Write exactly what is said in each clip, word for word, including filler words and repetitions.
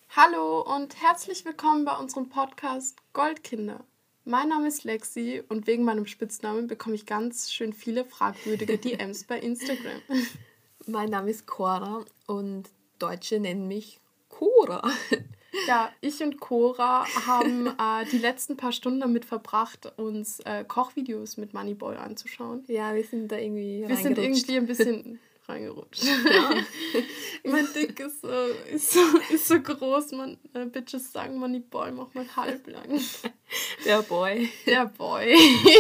Hallo und herzlich willkommen bei unserem Podcast Goldkinder. Mein Name ist Lexi und wegen meinem Spitznamen bekomme ich ganz schön viele fragwürdige D Ms bei Instagram. Mein Name ist Cora und Deutsche nennen mich Cora. Ja, ich und Cora haben äh, die letzten paar Stunden damit verbracht, uns äh, Kochvideos mit Moneyboy anzuschauen. Ja, wir sind da irgendwie Wir sind irgendwie ein bisschen reingerutscht. Ja. Mein Dick ist so, ist so, ist so groß, man, äh, Bitches sagen Moneyboy, mach mal halblang. Der Boy. Der Boy.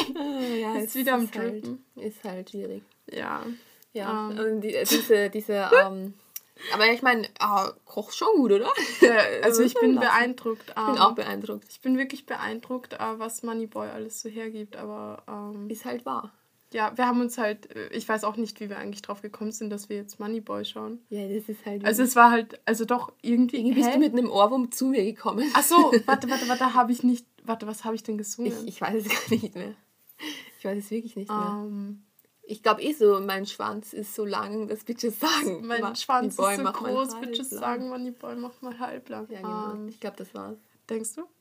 Ja, ist wieder am Drippen. Halt, ist halt schwierig. Ja. Ja, ähm. und die, diese, diese, ähm, aber ich meine, äh, koch schon gut, oder? Ja, also ich bin beeindruckt. Ich bin ähm, auch beeindruckt. Ich bin wirklich beeindruckt, äh, was Moneyboy alles so hergibt, aber... Ähm, ist halt wahr. Ja, wir haben uns halt, ich weiß auch nicht, wie wir eigentlich drauf gekommen sind, dass wir jetzt Moneyboy schauen. Ja, das ist halt... Also es war halt, also doch irgendwie... Irgendwie bist hä? du mit einem Ohrwurm zu mir gekommen. Ach so, warte, warte, warte, habe ich nicht... Warte, was habe ich denn gesungen? Ich, ich weiß es gar nicht mehr. Ich weiß es wirklich nicht mehr. Um, ich glaube eh so, mein Schwanz ist so lang, dass Bitches sagen... Mein Ma- Schwanz Boy, ist so mach mal groß, Bitches halblang. sagen, Moneyboy, mach mal halblang. Ja, genau. Um, ich glaube, das war's. denkst du?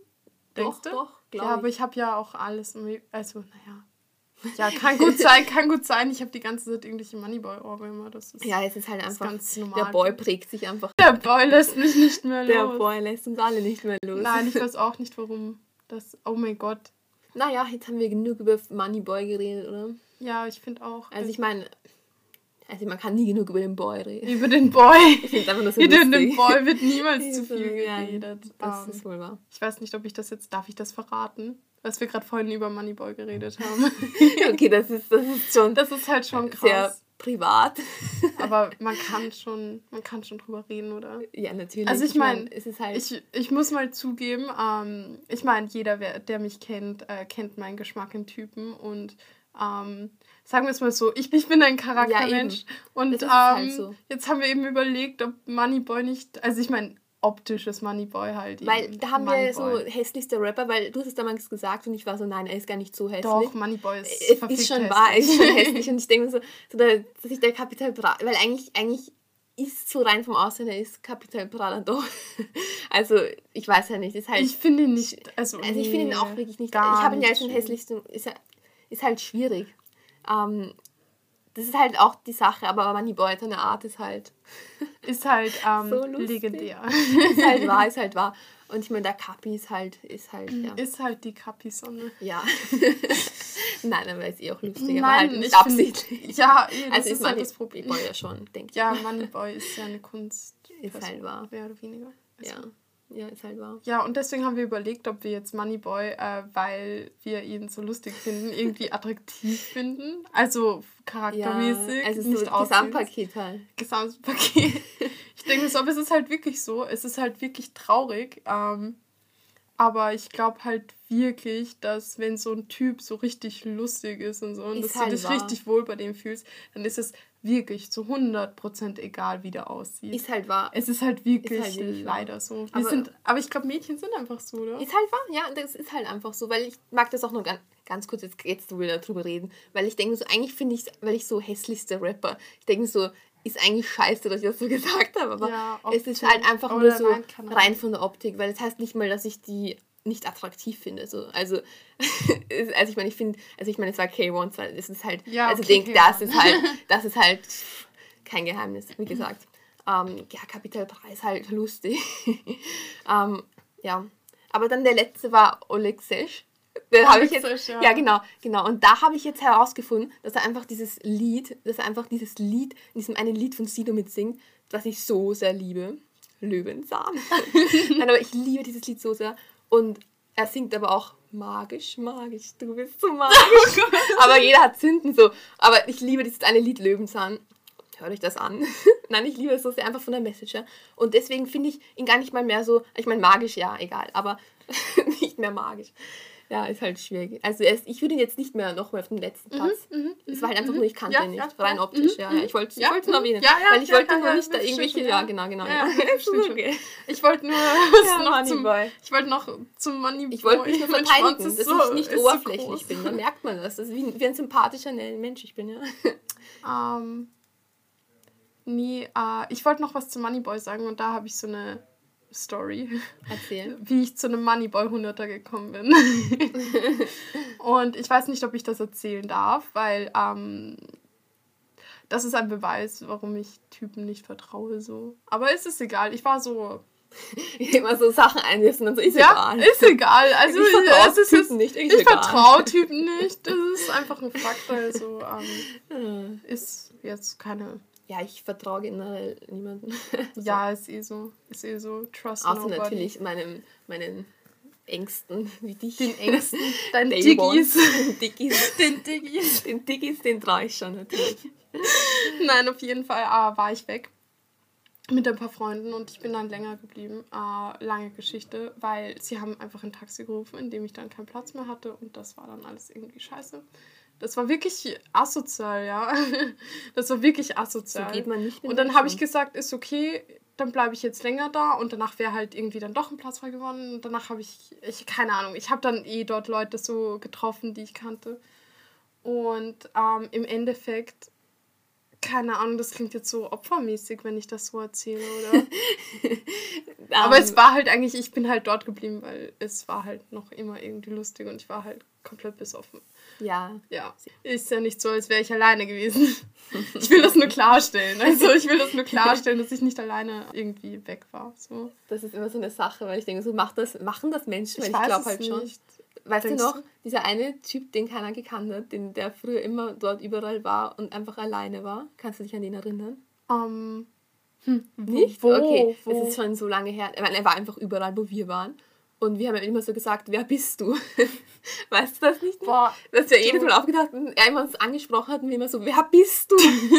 Denkst Doch, du? doch, glaub Ja, ich. aber ich habe ja auch alles, also, naja... Ja, kann gut sein, kann gut sein. Ich habe die ganze Zeit irgendwelche Moneyboy-Ohrwürmer. Das ist Ja, es ist halt einfach, ganz normal. der Boy prägt sich einfach. Der Boy lässt mich nicht mehr los. Der Boy lässt uns alle nicht mehr los. Nein, ich weiß auch nicht, warum. Das, oh mein Gott. Naja, jetzt haben wir genug über Moneyboy geredet, oder? Ja, ich finde auch. Also ich meine, also man kann nie genug über den Boy reden. Über den Boy. Ich finde es einfach nur so Über lustig. den Boy wird niemals zu So, viel ja, geredet. Das Um, ist wohl wahr. ich weiß nicht, ob ich das jetzt, darf ich das verraten? Was wir gerade vorhin über Moneyboy geredet haben. Okay, das ist, das ist schon Das ist halt schon krass. sehr privat. Aber man kann schon, man kann schon drüber reden, oder? Ja, natürlich. Also ich meine, mein, es ist halt... ich, ich muss mal zugeben, ähm, ich meine, jeder, wer, der mich kennt, äh, kennt meinen Geschmack in Typen und ähm, sagen wir es mal so, ich, ich bin ein Charaktermensch Ja, und das ist ähm, halt so. Jetzt haben wir eben überlegt, ob Moneyboy nicht, also ich meine, optisches Moneyboy halt. Weil eben. da haben Moneyboy. wir so hässlichster Rapper, weil du hast es damals gesagt und ich war so, nein, er ist gar nicht so hässlich. Doch, Moneyboy ist Es verfickt ist schon hässlich. wahr, er ist schon hässlich und ich denke mir so, so der, dass ich der Capital Bra, weil eigentlich, eigentlich ist so rein vom Aussehen, er ist Capital Bra dann doch. Also, ich weiß ja nicht, ist halt... Ich finde ihn nicht, also, Also ich finde ihn auch wirklich nicht, ich gar habe ihn ja nicht als den schön. hässlichsten, ist, ja- ist halt schwierig. Ähm, das ist halt auch die Sache, aber Moneyboy, seine Art ist halt... Ist halt ähm, So lustig. legendär. ist halt wahr, ist halt wahr. Und ich meine, der Capi ist halt, ist halt, ja. Ist halt die Kapi-Sonne. Ja. Nein, aber ist eh auch lustig, Nein, aber halt ich nicht find- absichtlich. Ja, eh, das Also ist ist halt das Problem. Moneyboy ja schon, denke ich. Ja, Moneyboy ist ja eine Kunst. Ist halt wahr. Mehr oder weniger. Also, Ja. Ja, ist halt wahr. Ja, und deswegen haben wir überlegt, ob wir jetzt Moneyboy, äh, weil wir ihn so lustig finden, irgendwie attraktiv finden. Also charaktermäßig. also so nicht das aussehend. Gesamtpaket halt. Gesamtpaket. Ich denke so, aber es ist halt wirklich so. Es ist halt wirklich traurig. Ähm, aber ich glaube halt wirklich, dass wenn so ein Typ so richtig lustig ist und so und Ist dass halt du dich wahr. richtig wohl bei dem fühlst, dann ist es wirklich zu hundert Prozent egal, wie der aussieht. Ist halt wahr. Es ist halt wirklich, Ist halt wirklich wahr. leider so. Wir Aber- sind, aber ich glaube, Mädchen sind einfach so, oder? Ist halt wahr, ja, das ist halt einfach so, weil ich mag das auch nur ganz, ganz kurz jetzt, jetzt wo wir darüber reden, weil ich denke so, eigentlich finde ich, weil ich so hässlichster Rapper, ich denke so, ist eigentlich scheiße, dass ich das so gesagt habe, aber Ja, es ist Optik halt einfach oder nur so rein kann man- rein von der Optik, weil das heißt nicht mal, dass ich die nicht attraktiv finde, so, also, es- also ich meine, ich finde, also ich meine, es war K eins, weil es ist halt, Ja, also okay, ich denke, K das ist halt, das ist halt kein Geheimnis, wie gesagt. Ähm, ja, Capital Bra ist halt lustig. ähm, ja, aber dann der letzte war Oleg Sesh. Den habe ich jetzt, Sesh, ja. ja genau, genau. Und da habe ich jetzt herausgefunden, dass er einfach dieses Lied, dass er einfach dieses Lied, in diesem einen Lied von Sido mitsingt, was ich so sehr liebe. Löwenzahn. Nein, aber ich liebe dieses Lied so sehr. Und er singt aber auch magisch, magisch, du bist so magisch. Aber jeder hat Sünden so. Aber ich liebe dieses eine Lied Löwenzahn. Hört euch das an. Nein, ich liebe es so sehr einfach von der Message her. Und deswegen finde ich ihn gar nicht mal mehr so, ich meine magisch, ja, egal, aber nicht mehr magisch. Ja, ist halt schwierig. Also er ist, ich würde ihn jetzt nicht mehr nochmal auf den letzten Platz. mhm, Es war halt einfach mhm. nur, ich kannte Ja, ihn nicht. ja, rein ja, optisch, mhm, ja. mhm. ja. Ich wollte ich Ja, wollte es nur mhm. erwähnen. Ja, ja, weil ich ja, wollte ja, nur ja, nicht da das irgendwelche, stimmt schon, ja, ja. genau, genau. Ja, Ja, ja, das stimmt ist schon. okay. Ich wollte nur was Ja, noch zum, Moneyboy. ich wollte noch zum Moneyboy. Ich wollte mich nur Mein verteidigen, Schwanz dass ist so- ich nicht ist so oberflächlich groß. bin. Da merkt man das. Das ist wie, wie ein sympathischer Mensch ich bin, ja. Ähm, nee, äh, ich wollte noch was zu Moneyboy sagen und da habe ich so eine Story. Erzähl. Wie ich zu einem Moneyboy hunderter gekommen bin. Und ich weiß nicht, ob ich das erzählen darf, weil ähm, das ist ein Beweis, warum ich Typen nicht vertraue. So. Aber es ist egal. Ich war so... Immer so Sachen einsetzen und so, ist ja, egal. ist egal. Also ich vertraue es ist, Typen nicht. Ich vertraue Typen nicht. Das ist einfach ein Fakt. Also ähm, ist jetzt keine... Ja, ich vertraue generell niemanden. Ja, ist eh so. Ist eh so. Trust Außer nobody. natürlich meinem, meinen Ängsten, wie dich. Den Ängsten. Deinen Day Diggis. Den Diggis. Den Diggis. Den Diggis, den traue ich schon natürlich. Nein, auf jeden Fall ah, war ich weg mit ein paar Freunden und ich bin dann länger geblieben. Äh, lange Geschichte, weil sie haben einfach ein Taxi gerufen, in dem ich dann keinen Platz mehr hatte und das war dann alles irgendwie scheiße. Das war wirklich asozial, ja. Das war wirklich asozial. So geht man nicht mit Und dann Menschen. habe ich gesagt, ist okay, dann bleibe ich jetzt länger da und danach wäre halt irgendwie dann doch ein Platz frei geworden. Und danach habe ich, ich, keine Ahnung, ich habe dann eh dort Leute so getroffen, die ich kannte. Und ähm, im Endeffekt, keine Ahnung, das klingt jetzt so opfermäßig, wenn ich das so erzähle, oder? um, Aber es war halt eigentlich, ich bin halt dort geblieben, weil es war halt noch immer irgendwie lustig und ich war halt komplett besoffen. Ja. Ja, ist ja nicht so, als wäre ich alleine gewesen. Ich will das nur klarstellen. Also ich will das nur klarstellen, dass ich nicht alleine irgendwie weg war. So. Das ist immer so eine Sache, weil ich denke, so macht das, machen das Menschen, weil Ich ich, weiß glaube es halt schon. nicht. Weißt Denkst du noch, du? dieser eine Typ, den keiner gekannt hat, den, der früher immer dort überall war und einfach alleine war? Kannst du dich an den erinnern? Um, hm, wo, Nicht? Wo, okay, wo? es ist schon so lange her. Ich meine, er war einfach überall, wo wir waren. Und wir haben ja immer so gesagt, wer bist du? Weißt du das nicht mehr? Boah, Dass wir jedes Mal aufgedacht und er immer uns angesprochen hat und wir immer so, wer bist du?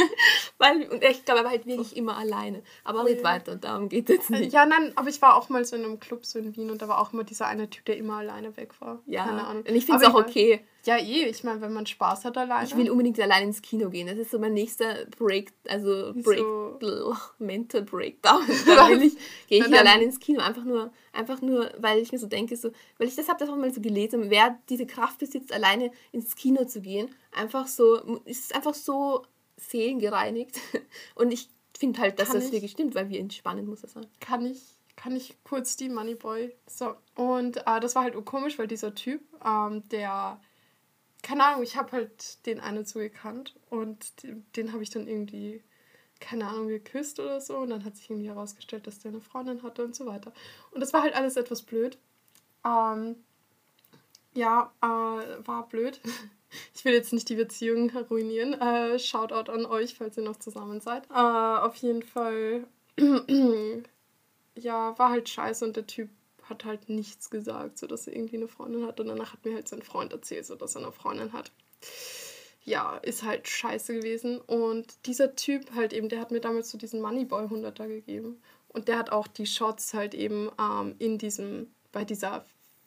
Weil, und ich glaube, er war halt wirklich immer alleine. Aber red weiter, darum geht es jetzt nicht. Ja, nein, aber ich war auch mal so in einem Club so in Wien und da war auch immer dieser eine Typ, der immer alleine weg war. Ja, Keine Ahnung. und ich finde es auch Aber okay. Ja, eh, ich meine, wenn man Spaß hat alleine. Ich will unbedingt allein ins Kino gehen. Das ist so mein nächster Break, also Break, Wieso? Mental Breakdown. Da will ich, gehe ich Na dann- allein ins Kino. Einfach nur, einfach nur, weil ich mir so denke, so, weil ich das habe das auch mal so gelesen, wer diese Kraft besitzt, alleine ins Kino zu gehen, einfach so, ist einfach so seelengereinigt. Und ich finde halt, dass Kann das ich? wirklich stimmt, weil wie entspannend muss das sein. kann ich, kann ich kurz die Moneyboy. So. Und äh, das war halt komisch, weil dieser Typ, ähm, der, keine Ahnung, ich habe halt den einen zugekannt und den, den habe ich dann irgendwie, keine Ahnung, geküsst oder so. Und dann hat sich irgendwie herausgestellt, dass der eine Freundin hatte und so weiter. Und das war halt alles etwas blöd. Ähm, ja, äh, war blöd. Ich will jetzt nicht die Beziehung ruinieren. Äh, Shoutout an euch, falls ihr noch zusammen seid. Äh, auf jeden Fall, ja, war halt scheiße und der Typ hat halt nichts gesagt, so dass er irgendwie eine Freundin hat. Und danach hat mir halt sein Freund erzählt, so dass er eine Freundin hat. Ja, ist halt scheiße gewesen. Und dieser Typ halt eben, der hat mir damals so diesen Moneyboy hunderter gegeben. Und der hat auch die Shots halt eben ähm, in diesem, bei dieser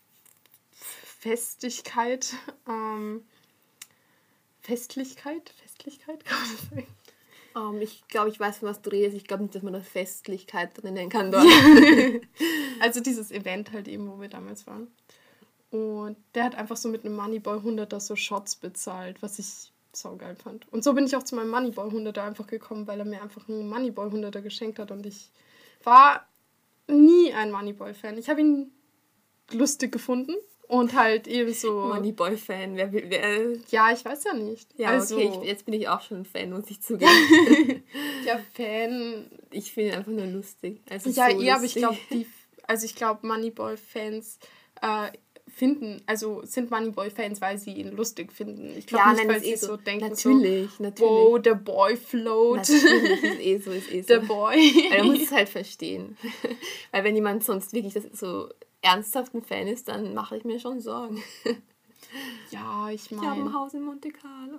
Festigkeit, ähm, Festlichkeit? Festlichkeit, kann man das sagen? Um, ich glaube, ich weiß, von was du redest. Ich glaube nicht, dass man das Festlichkeit drinnen kann. Dort. Also dieses Event halt eben, wo wir damals waren. Und der hat einfach so mit einem Moneyboy hunderter so Shots bezahlt, was ich saugeil fand. Und so bin ich auch zu meinem Moneyboy hunderter einfach gekommen, weil er mir einfach einen Moneyboy hunderter geschenkt hat. Und ich war nie ein Moneyboy-Fan. Ich habe ihn lustig gefunden. Und halt eben so... Moneyboy-Fan, wer will... Wer, Ja, ich weiß ja nicht. ja, also, okay, ich, jetzt bin ich auch schon ein Fan, muss ich zugeben. Ja, Fan... Ich finde ihn einfach nur lustig. Also Ja, so eher, aber ich lustig. glaube, die... Also ich glaube, Moneyboy-Fans äh, finden... Also sind Moneyboy-Fans, weil sie ihn lustig finden. Ich glaube Ja, nicht, nein, weil ist eh sie so so. denken Natürlich, so... natürlich. Wow, der Boy float. Natürlich, ist eh so, ist eh so. Der Boy. Weil man muss es halt verstehen. Weil wenn jemand sonst wirklich das so ernsthaft ein Fan ist, dann mache ich mir schon Sorgen. Ja, ich Ich habe ein meine... Haus in Monte Carlo.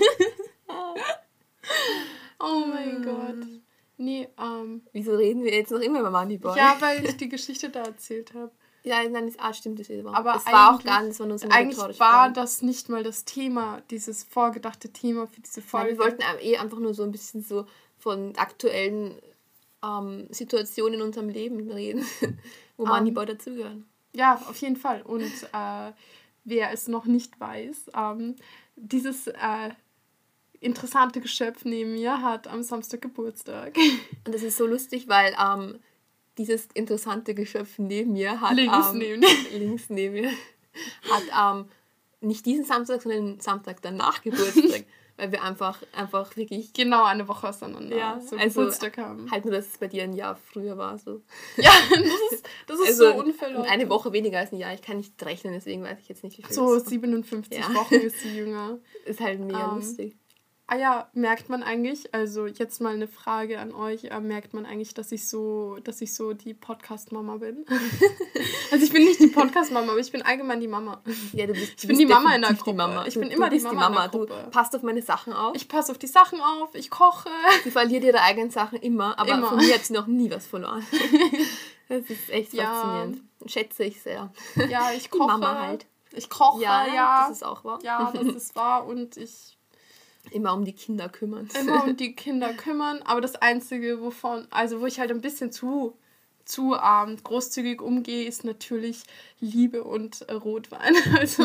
Oh mein Gott. Nee, ähm... Wieso reden wir jetzt noch immer über Moneyboy? Ja, weil ich die Geschichte da erzählt habe. Ja, nein, das ah, stimmt, das ist aber. Aber es war auch eigentlich- gar nicht, es war nur so eine Eigentlich rhetorische war Frage. das nicht mal das Thema, dieses vorgedachte Thema für diese Nein, Folge. wir wollten eh einfach nur so ein bisschen so von aktuellen ähm, Situationen in unserem Leben reden, wo Um. Moneyboy dazugehören. Ja, auf jeden Fall. Und äh, wer es noch nicht weiß, ähm, dieses äh, interessante Geschöpf neben mir hat am Samstag Geburtstag. Und das ist so lustig, weil ähm, dieses interessante Geschöpf neben mir hat... Links ähm, neben dir. Links neben mir. Hat ähm, nicht diesen Samstag, sondern den Samstag danach Geburtstag. Weil wir einfach, einfach wirklich... Genau eine Woche auseinander Ja, so also Geburtstag haben. Halt nur, dass es bei dir ein Jahr früher war. So. Ja, das ist, das ist Also so unfair, Leute. eine Woche weniger als ein Jahr. Ich kann nicht rechnen, deswegen weiß ich jetzt nicht, wie viel So das ist. siebenundfünfzig Ja. Wochen ist sie jünger. Ist halt mega Ähm, lustig. Ah ja, merkt man eigentlich, also jetzt mal eine Frage an euch, äh, merkt man eigentlich, dass ich so, dass ich so die Podcast-Mama bin? Also ich bin nicht die Podcast-Mama, aber ich bin allgemein die Mama. Ja, du bist, Ich du bin bist die Mama in der definitiv die Gruppe. Mama. Ich du, bin immer du die bist Mama in der Du Gruppe. passt auf meine Sachen auf. Ich passe auf die Sachen auf, ich koche. Sie verliert ihre eigenen Sachen immer, aber Immer. von mir hat sie noch nie was verloren. Das ist echt Ja. faszinierend. Schätze ich sehr. Ja, ich Die koche. Mama halt. Ich koche, Ja, ja. Ja, das ist auch wahr. ja, das ist wahr und ich Immer um die Kinder kümmern. immer um die Kinder kümmern. Aber das Einzige, wovon, also wo ich halt ein bisschen zu, zu ähm, großzügig umgehe, ist natürlich Liebe und äh, Rotwein. Also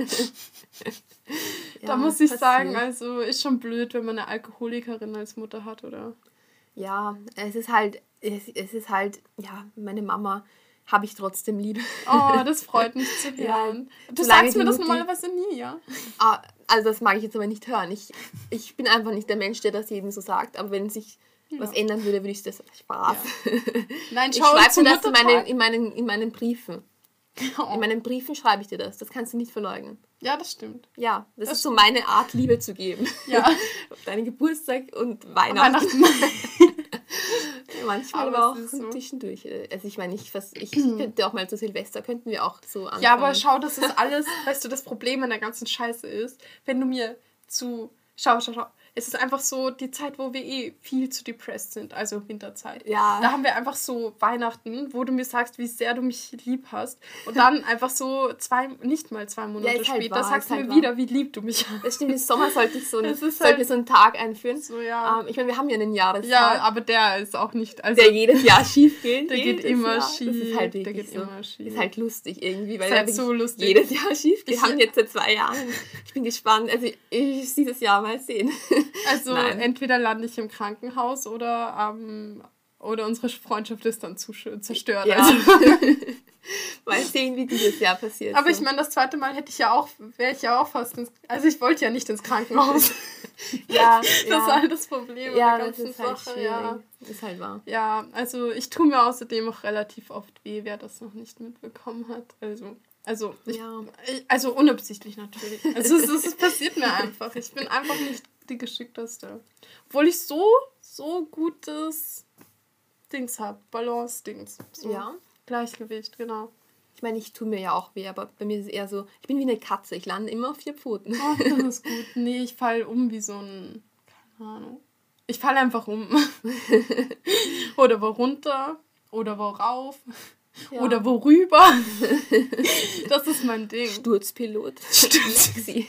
da muss ich passiert. sagen, also ist schon blöd, wenn man eine Alkoholikerin als Mutter hat, oder? Ja, es ist halt, es, es ist halt, ja, meine Mama habe ich trotzdem lieb. Oh, das freut mich zu Ja, hören. Du solange sagst mir die das Mutti- normalerweise nie, ja? Ah, also das mag ich jetzt aber nicht hören. Ich, ich bin einfach nicht der Mensch, der das jedem so sagt. Aber wenn sich was ändern würde, würde ich das Spaß. Nein, Ich schau schreibe zum dir das in, meine, Muttertag. in, meinen, in meinen Briefen. Oh. In meinen Briefen schreibe ich dir das. Das kannst du nicht verleugnen. Ja, das stimmt. Ja, das, Das ist so meine Art, Liebe zu geben. Ja. Auf deinen Geburtstag und Weihnachten. Weihnachten. Manchmal Aber aber auch es ist so. zwischendurch. Also ich meine, ich, vers- ich könnte auch mal zu Silvester, könnten wir auch so anfangen. Ja, aber schau, das ist alles, weißt du, das Problem an der ganzen Scheiße ist, wenn du mir zu, schau, schau, schau, es ist einfach so die Zeit, wo wir eh viel zu depressed sind, also Winterzeit. Ja. Da haben wir einfach so Weihnachten, wo du mir sagst, wie sehr du mich lieb hast und dann einfach so zwei, nicht mal zwei Monate Ja, ist halt später wahr, sagst ist du halt mir wahr. wieder, wie lieb du mich hast. Das stimmt, im Sommer sollte ich so, ein, Es ist sollte halt- so einen Tag einführen. So, ja. Ähm, ich meine, wir haben ja einen Jahrestag, Ja, aber der ist auch nicht, also der jedes Jahr schief geht. Der geht Jedes immer Jahr. schief, Das ist halt der wirklich geht so. immer schief. Ist halt lustig irgendwie, weil Ist halt er so wirklich lustig. jedes Jahr schief geht. Ich- Wir haben jetzt seit zwei Jahren. Ich bin gespannt. Also ich, ich dieses Jahr mal sehen. Also Nein. entweder lande ich im Krankenhaus oder, ähm, oder unsere Freundschaft ist dann zu zerstört. Ja. Also. Mal sehen, wie dieses Jahr passiert. Aber so. ich meine, das zweite Mal hätte ich ja auch, wäre ich ja auch fast ins, also ich wollte ja nicht ins Krankenhaus. ja, Das ja. ist halt das Problem ja, an der das ganzen ist halt Sache. schwierig. Ja. Ist halt wahr. ja, also ich tue mir außerdem auch relativ oft weh, wer das noch nicht mitbekommen hat. Also, also, ich, Ja. ich- also unabsichtlich natürlich. Also es, es, es passiert mir einfach. Ich bin einfach nicht die Geschickteste. Obwohl ich so, so gutes Dings habe. Balance-Dings. So. Ja. Gleichgewicht, genau. Ich meine, ich tue mir ja auch weh, aber bei mir ist es eher so, ich bin wie eine Katze, ich lande immer auf vier Pfoten. Oh, das ist gut. Nee, ich falle um wie so ein, keine Ahnung. Ich falle einfach um. Oder wo runter. Oder wo rauf. Ja. Oder worüber. Das ist mein Ding. Sturzpilot. Sturz.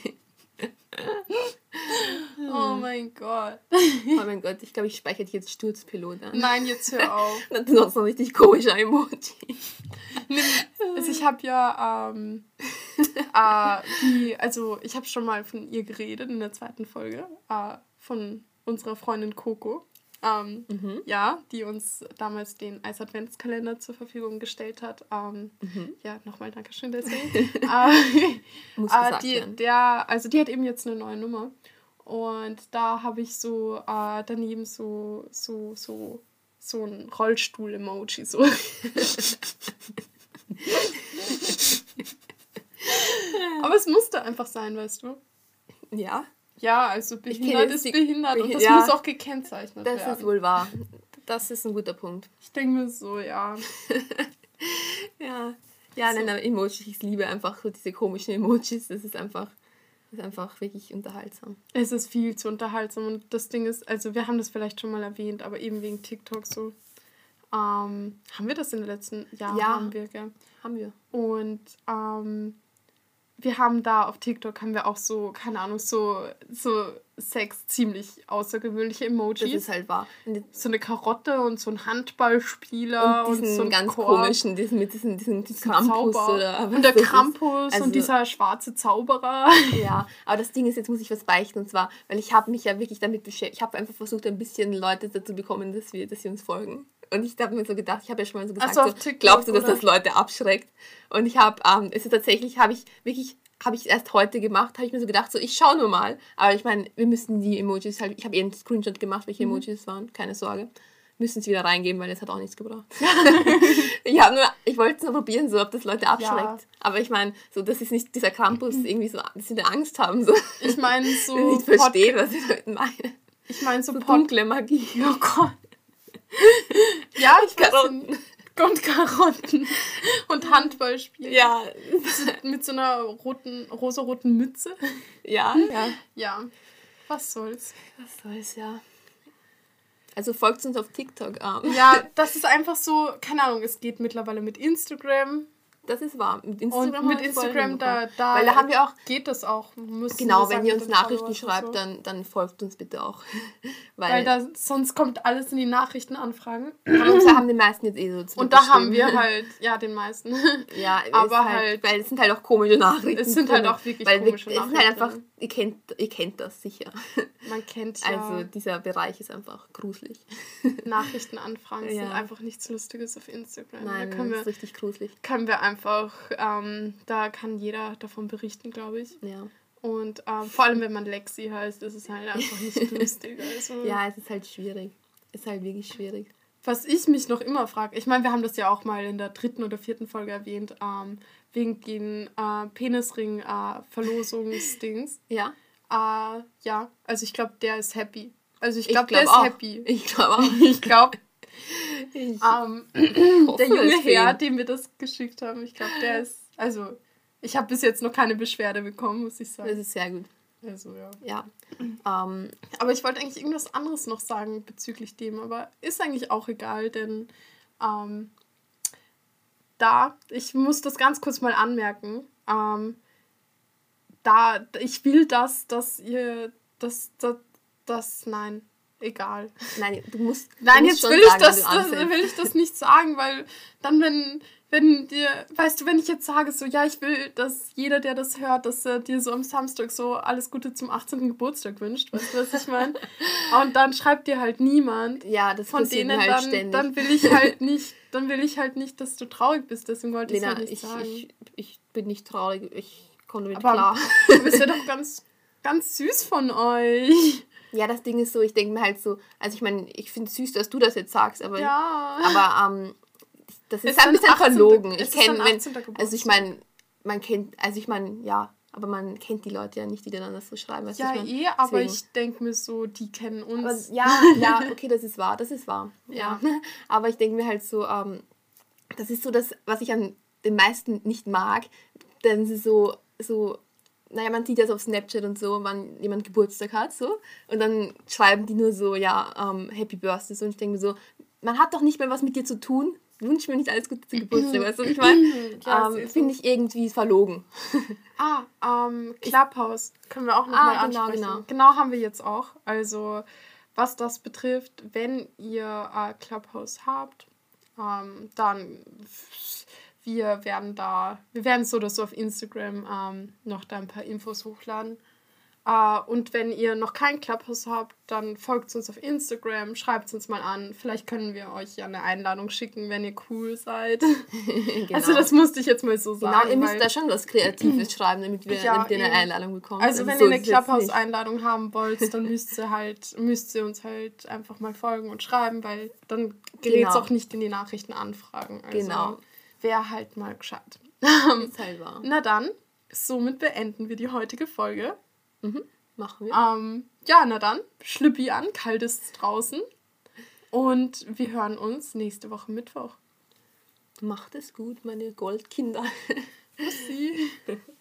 Oh mein Gott. Oh mein Gott, ich glaube, ich speichere dich jetzt Sturzpilot an. Nein, jetzt hör auf. Das ist noch so ein richtig komischer Emoji. Also ich habe ja, ähm, äh, die, also ich habe schon mal von ihr geredet in der zweiten Folge, äh, von unserer Freundin Coco. Ähm, Mhm. Ja, die uns damals den Eis-Adventskalender zur Verfügung gestellt hat. Ähm, Mhm. Ja, nochmal Dankeschön deswegen. äh, Muss äh, gesagt die, werden. der, also die hat eben jetzt eine neue Nummer. Und da habe ich so äh, daneben so, so, so, so ein Rollstuhl-Emoji. So. Aber es musste einfach sein, weißt du? Ja, Ja, also kenne behindert jetzt ist die- behindert und Behi- das ja. muss auch gekennzeichnet das werden. ist wohl wahr. Das ist ein guter Punkt. Ich denke mir so, ja. Ja, ja, So. nein, aber Emojis, ich liebe einfach so diese komischen Emojis. Das ist einfach, das ist einfach wirklich unterhaltsam. Es ist viel zu unterhaltsam und das Ding ist, also wir haben das vielleicht schon mal erwähnt, aber eben wegen TikTok so. Ähm, haben wir das in den letzten Jahren? Ja. Haben wir, gell? Haben wir. Und ähm, wir haben da auf TikTok haben wir auch so, keine Ahnung, so, so sechs ziemlich außergewöhnliche Das Emojis. ist halt wahr. Und So eine Karotte und so ein Handballspieler und, diesen so ein ganz Korb. komischen, diesen mit diesem diesen Krampus Zauber. oder was Und der das ist. Krampus Also- und dieser schwarze Zauberer. Ja, aber das Ding ist, jetzt muss ich was beichten, und zwar, weil ich habe mich ja wirklich damit beschäftigt, ich habe einfach versucht, ein bisschen Leute dazu bekommen, dass wir, dass sie uns folgen. Und ich habe mir so gedacht, ich habe ja schon mal so gesagt, also so, glaubst du, dass oder? das Leute abschreckt? Und ich habe, ähm, es ist tatsächlich, habe ich wirklich, habe ich erst heute gemacht, habe ich mir so gedacht, so, ich schaue nur mal. Aber ich meine, wir müssen die Emojis halt, ich habe eh einen Screenshot gemacht, welche mhm. Emojis waren, keine Sorge. Müssen sie wieder reingeben, weil das hat auch nichts gebraucht. ich habe nur, ich wollte es nur probieren, so, ob das Leute abschreckt. Ja. Aber ich meine, so, das ist nicht dieser Krampus, irgendwie so, dass sie eine Angst haben. So. Ich meine, so... Ich verstehe, was ich damit meine. Ich meine, so, so dunkle Magie. Oh Gott. Ja, ich Karotten. Und Karotten. Und Handballspielen. Ja. Mit so einer roten, rosaroten Mütze. Ja, ja. Ja. Was soll's? Was soll's, ja. Also folgt uns auf TikTok. Um. Ja, das ist einfach so, keine Ahnung, es geht mittlerweile mit Instagram. Das ist wahr. Mit Instagram, und mit Instagram da, da, Weil da haben wir auch, geht das auch. Genau, wenn ihr uns Nachrichten schreibt, so. dann, dann folgt uns bitte auch. Weil, Weil da, sonst kommt alles in die Nachrichtenanfragen. Und da haben die meisten jetzt eh so Und da haben wir halt, ja, den meisten. Ja, aber halt, halt, weil es sind halt auch komische Nachrichten. Es sind halt auch wirklich weil komische wir, Nachrichten. Es sind halt einfach, ihr kennt, ihr kennt das sicher. Man kennt ja. Also dieser Bereich ist einfach gruselig. Nachrichtenanfragen ja. sind einfach nichts Lustiges auf Instagram. Nein, da können das wir, ist richtig gruselig. Können wir einfach Einfach, ähm, da kann jeder davon berichten, glaube ich. Ja. Und ähm, vor allem, wenn man Lexi heißt, ist es halt einfach nicht lustig. Also. Ja, es ist halt schwierig. Es ist halt wirklich schwierig. Was ich mich noch immer frage, ich meine, wir haben das ja auch mal in der dritten oder vierten Folge erwähnt, ähm, wegen den äh, Penisring-Verlosungsdings. Äh, ja. Äh, ja, also ich glaube, der ist happy. Also ich glaube, glaub der ist auch. happy. Ich glaube auch. Ich glaube, Um, der junge Herr, dem wir das geschickt haben, ich glaube, der ist, also, ich habe bis jetzt noch keine Beschwerde bekommen, muss ich sagen. Das ist sehr gut. Also, ja. Ja. Um, aber ich wollte eigentlich irgendwas anderes noch sagen bezüglich dem, aber ist eigentlich auch egal, denn ähm, da, ich muss das ganz kurz mal anmerken, ähm, da, ich will das, dass ihr, das, das, das, nein, egal. Nein, du musst. Du Nein, musst jetzt will, sagen, ich das, das, will ich das nicht sagen, weil dann, wenn, wenn dir, weißt du, wenn ich jetzt sage, so, ja, ich will, dass jeder, der das hört, dass er dir so am Samstag so alles Gute zum achtzehnten Geburtstag wünscht, weißt du, was ich meine? Und dann schreibt dir halt niemand. Ja, das von denen halt dann, ständig. Dann will ich halt nicht, dann will ich halt nicht, dass du traurig bist, deswegen wollte ich es halt nicht ich, sagen. Ich, ich bin nicht traurig, ich komme damit Aber klar. Aber es wäre doch ganz, ganz süß von euch. Ja, das Ding ist so, ich denke mir halt so, also ich meine, ich finde es süß, dass du das jetzt sagst, aber, ja. aber ähm, das ist, ist ein bisschen verlogen. Ich kenne, also ich meine, man kennt, also ich meine, ja, aber man kennt die Leute ja nicht, die dann das so schreiben. Weißt ja, ich mein, eh, aber ich denke mir so, die kennen uns. Aber, ja, ja, okay, das ist wahr, das ist wahr. Ja. ja. Aber ich denke mir halt so, ähm, das ist so das, was ich an den meisten nicht mag, denn sie so, so, naja, man sieht das auf Snapchat und so, wann jemand Geburtstag hat, so. Und dann schreiben die nur so, ja, um, Happy Birthday, so. Und ich denke mir so, man hat doch nicht mehr was mit dir zu tun. Wünsch mir nicht alles Gute zum Geburtstag, weißt du, was ich meine? Ja, ähm, Finde ich irgendwie verlogen. Ah, ähm, Clubhouse können wir auch nochmal ah, genau, ansprechen. Genau. genau, haben wir jetzt auch. Also, was das betrifft, wenn ihr äh, Clubhouse habt, ähm, dann... Wir werden da, wir werden so oder so auf Instagram ähm, noch da ein paar Infos hochladen. Äh, und wenn ihr noch kein Clubhouse habt, dann folgt uns auf Instagram, schreibt uns mal an. Vielleicht können wir euch ja eine Einladung schicken, wenn ihr cool seid. Genau. Also das musste ich jetzt mal so sagen. Genau, ihr müsst da schon was Kreatives schreiben, damit wir ja, damit ihr eine Einladung bekommen. Also, also wenn so ihr eine Clubhouse-Einladung haben wollt, dann müsst ihr halt, müsst ihr uns halt einfach mal folgen und schreiben, weil dann gerät es genau. auch nicht in die Nachrichtenanfragen. Also, genau. Wäre halt mal gescheit. Ist halt wahr. Na dann, somit beenden wir die heutige Folge. Mhm, machen wir. Ähm, ja, na dann, Schlüppi an, kalt ist es draußen. Und wir hören uns nächste Woche Mittwoch. Macht es gut, meine Goldkinder. Bussi.